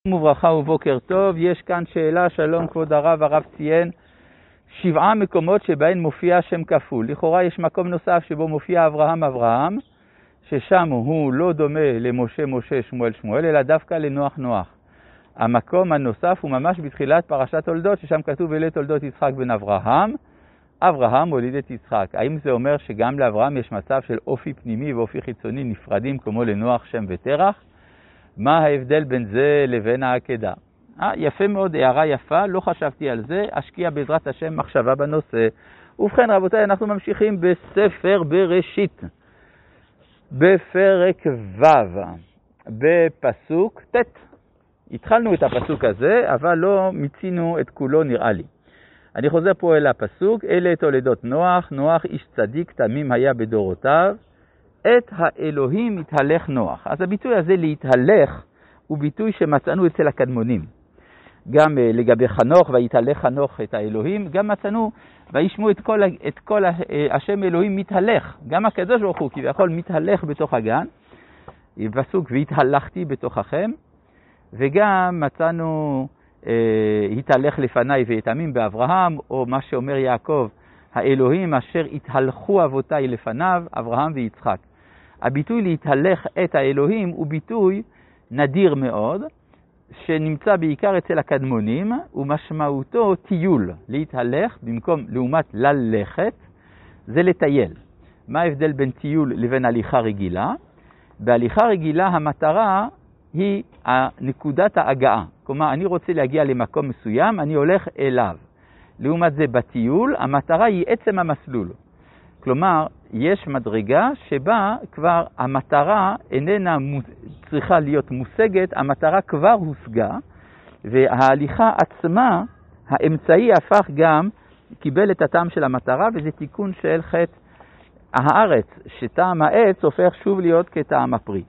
וברכה ובוקר טוב. יש כאן שאלה, שלום כבוד הרב ציין 7 מקומות שבהן מופיע שם כפול. לכאורה יש מקום נוסף שבו מופיע אברהם, ששם הוא לא דומה למשה משה שמואל, אלא דווקא לנוח. המקום הנוסף הוא ממש בתחילת פרשת תולדות, ששם כתוב אלה תולדות יצחק בן אברהם הוליד את יצחק. האם זה אומר שגם לאברהם יש מצב של אופי פנימי ואופי חיצוני נפרדים כמו לנוח, שם ותרח? מה ההבדל בין זה לבין העקדה? יפה מאוד, הערה יפה, לא חשבתי על זה, אשקיע בעזרת השם מחשבה בנושא. ובכן רבותיי, אנחנו ממשיכים בספר בראשית, בפרק ו', בפסוק ט'. התחלנו את הפסוק הזה, אבל לא מיצינו את כולו נראה לי. אני חוזר פה אל הפסוק, אלה תולדות נוח איש צדיק תמים היה בדורותיו, את האלוהים התהלך נוח. אז הביטוי הזה להתהלך הוא ביטוי שמצאנו אצל הקדמונים. גם לגבי חנוך, ויתהלך חנוך את האלוהים, גם מצאנו וישמעו את כל השם אלוהים מתהלך. גם הקדוש ברוך הוא כביכול מתהלך בתוך הגן, פסוק והתהלכתי בתוככם, וגם מצאנו התהלך לפניי ויתמים באברהם, או מה שאומר יעקב, האלוהים אשר התהלכו אבותיי לפניו, אברהם ויצחק. הביטוי להתהלך את האלוהים הוא ביטוי נדיר מאוד, שנמצא בעיקר אצל הקדמונים, ומשמעותו טיול. להתהלך במקום לעומת ללכת, זה לטייל. מה ההבדל בין טיול לבין הליכה רגילה? בהליכה רגילה המטרה היא נקודת ההגעה. כלומר, אני רוצה להגיע למקום מסוים, אני הולך אליו. לעומת זה בטיול, המטרה היא עצם המסלול. כלומר, יש מדרגה שבה כבר המטרה איננה צריכה להיות מושגת, המטרה כבר הושגה, וההליכה עצמה, האמצעי הפך גם, קיבל את הטעם של המטרה, וזה תיקון של חטא הארץ, שטעם העץ הופך שוב להיות כטעם הפרי.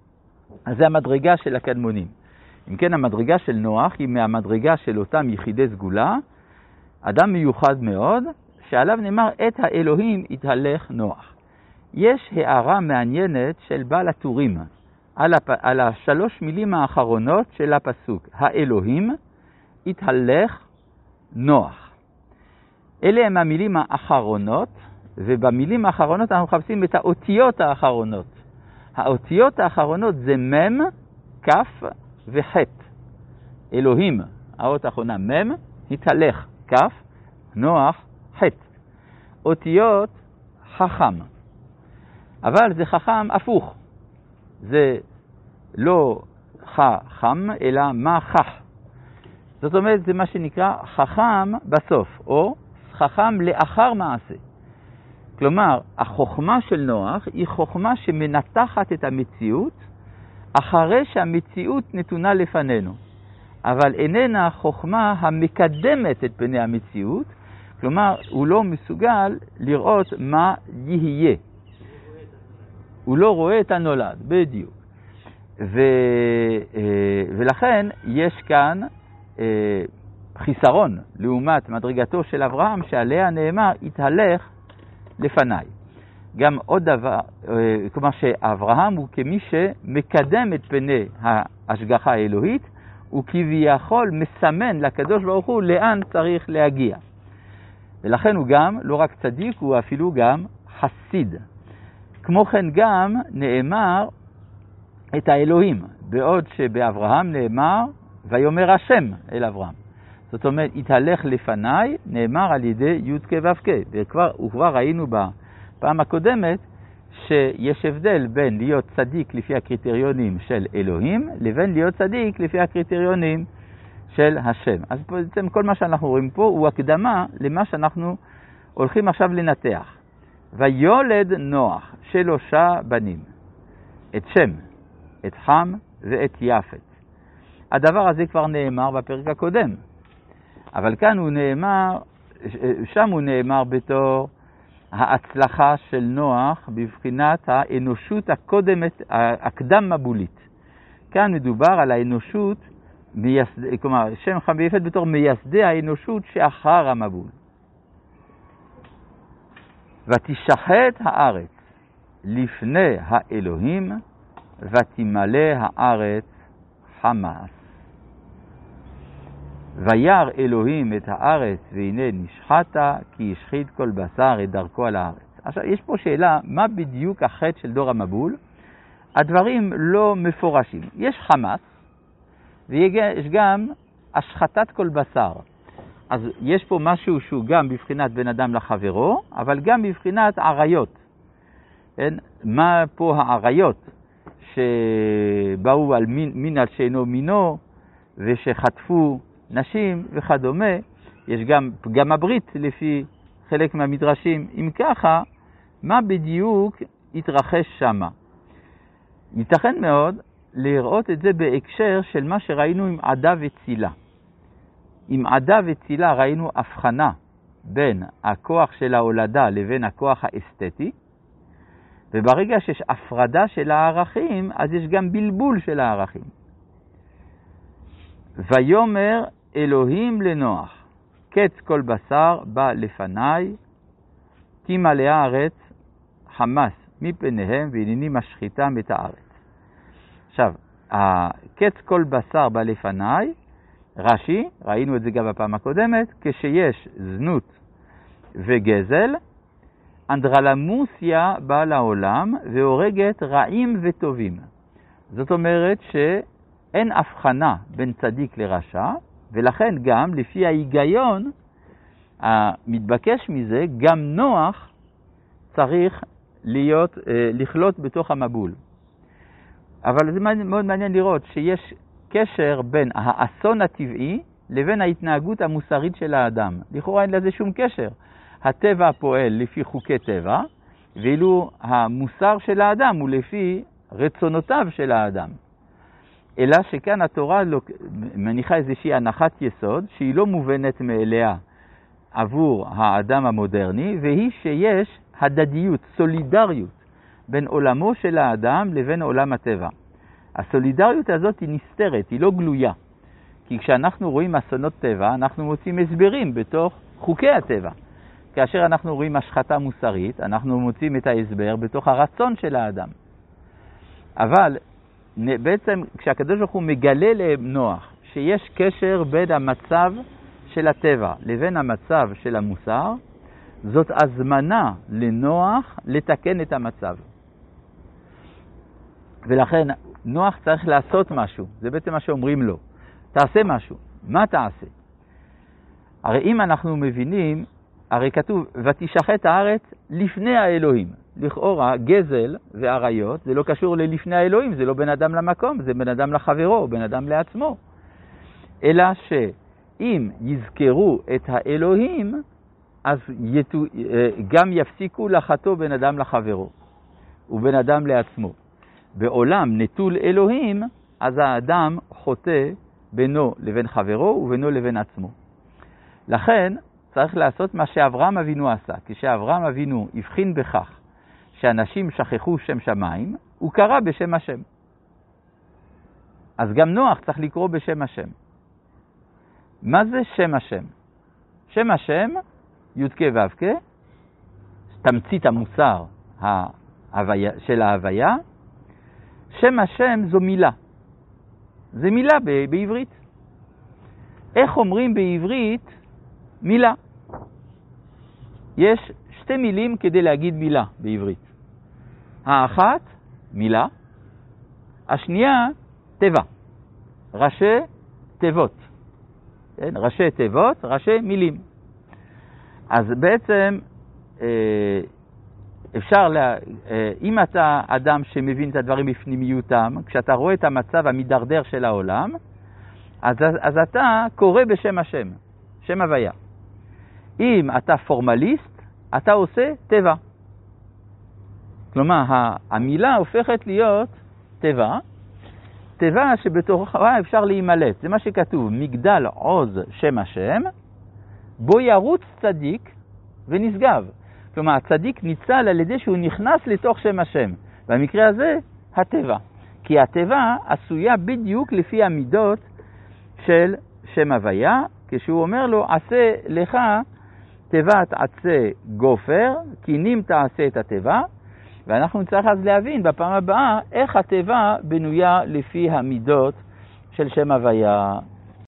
אז זה המדרגה של הקדמונים. אם כן, המדרגה של נוח היא מהמדרגה של אותם יחידי סגולה, אדם מיוחד מאוד, שעליו נאמר את האלוהים התהלך נוח. יש הערה מעניינת של בעל הטורים על 3 מילים האחרונות של הפסוק. האלוהים התהלך נוח. אלה הם המילים האחרונות, ובמילים האחרונות אנחנו מחפשים את האותיות האחרונות. האותיות האחרונות זה מם, כף וחט. אלוהים, האות האחרונה מם, התהלך, כף, נוח, חט. אותיות חכם. אבל זה חכם הפוך. זה לא חכם, אלא מה חך. זאת אומרת, זה מה שנקרא חכם בסוף, או חכם לאחר מעשה. כלומר, החוכמה של נוח היא חוכמה שמנתחת את המציאות, אחרי שהמציאות נתונה לפנינו. אבל איננה חוכמה המקדמת את פני המציאות, כלומר, הוא לא מסוגל לראות מה יהיה. הוא לא רואה את הנולד, בדיוק. ולכן יש כאן חיסרון לעומת מדרגתו של אברהם, שעליה נאמר, התהלך לפניי. גם עוד דבר, כלומר שאברהם הוא כמי שמקדם את פני ההשגחה האלוהית, הוא כביכול מסמן לקדוש ברוך הוא לאן צריך להגיע. ולכן הוא גם לא רק צדיק, הוא אפילו גם חסיד. כמו כן גם נאמר את האלוהים, בעוד שבאברהם נאמר ויאמר השם אל אברהם. זאת אומרת, התהלך לפניי, נאמר על ידי י' כ' ו' כ'. וכבר ראינו בפעם הקודמת שיש הבדל בין להיות צדיק לפי הקריטריונים של אלוהים, לבין להיות צדיק לפי הקריטריונים של השם. אז בעצם כל מה שאנחנו רואים פה הוא הקדמה למה שאנחנו הולכים עכשיו לנתח. ויולד נוח 3 בנים, את שם, את חם ואת יפת. הדבר הזה כבר נאמר בפרק הקודם. אבל כאן הוא נאמר, שם הוא נאמר בתור ההצלחה של נוח בבחינת האנושות הקודמת, הקדם מבולית. כאן מדובר על האנושות, כלומר, שם חם ויפת בתור מייסדי האנושות שאחר המבול. ותשחט הארץ לפני האלוהים, ותמלא הארץ חמאס. וירא אלוהים את הארץ והנה נשחטה כי השחית כל בשר את דרכו על הארץ. עכשיו יש פה שאלה, מה בדיוק החטא של דור המבול? הדברים לא מפורשים. יש חמאס ויש גם השחטת כל בשר. אז יש פה משהו שהוא גם בבחינת בן אדם לחברו, אבל גם בבחינת עריות. מה פה העריות שבאו על מין על שאינו מינו ושחטפו נשים וכדומה? יש גם פגם הברית לפי חלק מהמדרשים. אם ככה, מה בדיוק התרחש שמה? ייתכן מאוד לראות את זה בהקשר של מה שראינו עם עדה וצילה. עם עדה וצילה ראינו הבחנה בין הכוח של ההולדה לבין הכוח האסתטי, וברגע שיש הפרדה של הערכים, אז יש גם בלבול של הערכים. ויאמר אלוהים לנוח, קץ כל בשר בא לפניי, תימלא הארץ חמס מפניהם והנני משחיתם את הארץ. עכשיו, קץ כל בשר בא לפניי, רש"י, ראינו את זה גם בפעם הקודמת, כשיש זנות וגזל, אנדרלמוסיה באה לעולם והורגת רעים וטובים. זאת אומרת שאין הבחנה בין צדיק לרשע, ולכן גם לפי ההיגיון המתבקש מזה, גם נוח צריך לכלות בתוך המבול. אבל זה מאוד מעניין לראות שיש קשר בין האסון הטבעי לבין ההתנהגות המוסרית של האדם. לכאורה אין לזה שום קשר. הטבע פועל לפי חוקי טבע, ואילו המוסר של האדם הוא לפי רצונותיו של האדם. אלא שכאן התורה מניחה איזושהי הנחת יסוד שהיא לא מובנת מאליה עבור האדם המודרני, והיא שיש הדדיות, סולידריות בין עולמו של האדם לבין עולם הטבע. הסולידריות הזאת היא נסתרת, היא לא גלויה. כי כשאנחנו רואים אסונות טבע, אנחנו מוצאים הסברים בתוך חוקי הטבע. כאשר אנחנו רואים השחתה מוסרית, אנחנו מוצאים את ההסבר בתוך הרצון של האדם. אבל בעצם כשהקדוש ברוך הוא מגלה לנוח שיש קשר בין המצב של הטבע לבין המצב של המוסר, זאת הזמנה לנוח לתקן את המצב. ולכן נוח צריך לעשות משהו, זה בעצם מה שאומרים לו. תעשה משהו. מה תעשה? הרי אם אנחנו מבינים, הרי כתוב, ותשחט הארץ לפני האלוהים. לכאורה, גזל ועריות, זה לא קשור ללפני האלוהים, זה לא בן אדם למקום, זה בן אדם לחברו, בן אדם לעצמו. אלא שאם יזכרו את האלוהים, אז גם יפסיקו לחטוא בן אדם לחברו, ובן אדם לעצמו. בעולם נטול אלוהים, אז האדם חוטא בינו לבין חברו ובינו לבין עצמו. לכן צריך לעשות מה שאברהם אבינו עשה. כשאברהם אבינו הבחין בכך שאנשים שכחו שם שמיים, הוא קרא בשם השם. אז גם נוח צריך לקרוא בשם השם. מה זה שם השם? שם השם, יודקה ובקה, תמצית המוסר של ההוויה. שם השם זו מילה. זה מילה בעברית. איך אומרים בעברית מילה? יש שתי מילים כדי להגיד מילה בעברית. האחת, מילה. השנייה, תיבה. ראשי תיבות. ראשי תיבות, ראשי מילים. אז בעצם אפשר, אם אתה אדם שמבין את הדברים בפנימיותם, כשאתה רואה את המצב המדרדר של העולם, אז אתה קורא בשם השם, שם הוויה. אם אתה פורמליסט, אתה עושה טבע. כלומר, המילה הופכת להיות טבע, טבע שבתוכה אפשר להימלט. זה מה שכתוב, מגדל עוז שם השם, בו ירוץ צדיק ונשגב. כלומר, הצדיק ניצל על ידי שהוא נכנס לתוך שם השם. במקרה הזה, הטבע. כי הטבע עשויה בדיוק לפי המידות של שם הוויה, כשהוא אומר לו, עשה לך תיבת עצה גופר, כי נים תעשה את הטבע, ואנחנו נצטרך אז להבין בפעם הבאה איך הטבע בנויה לפי המידות של שם הוויה.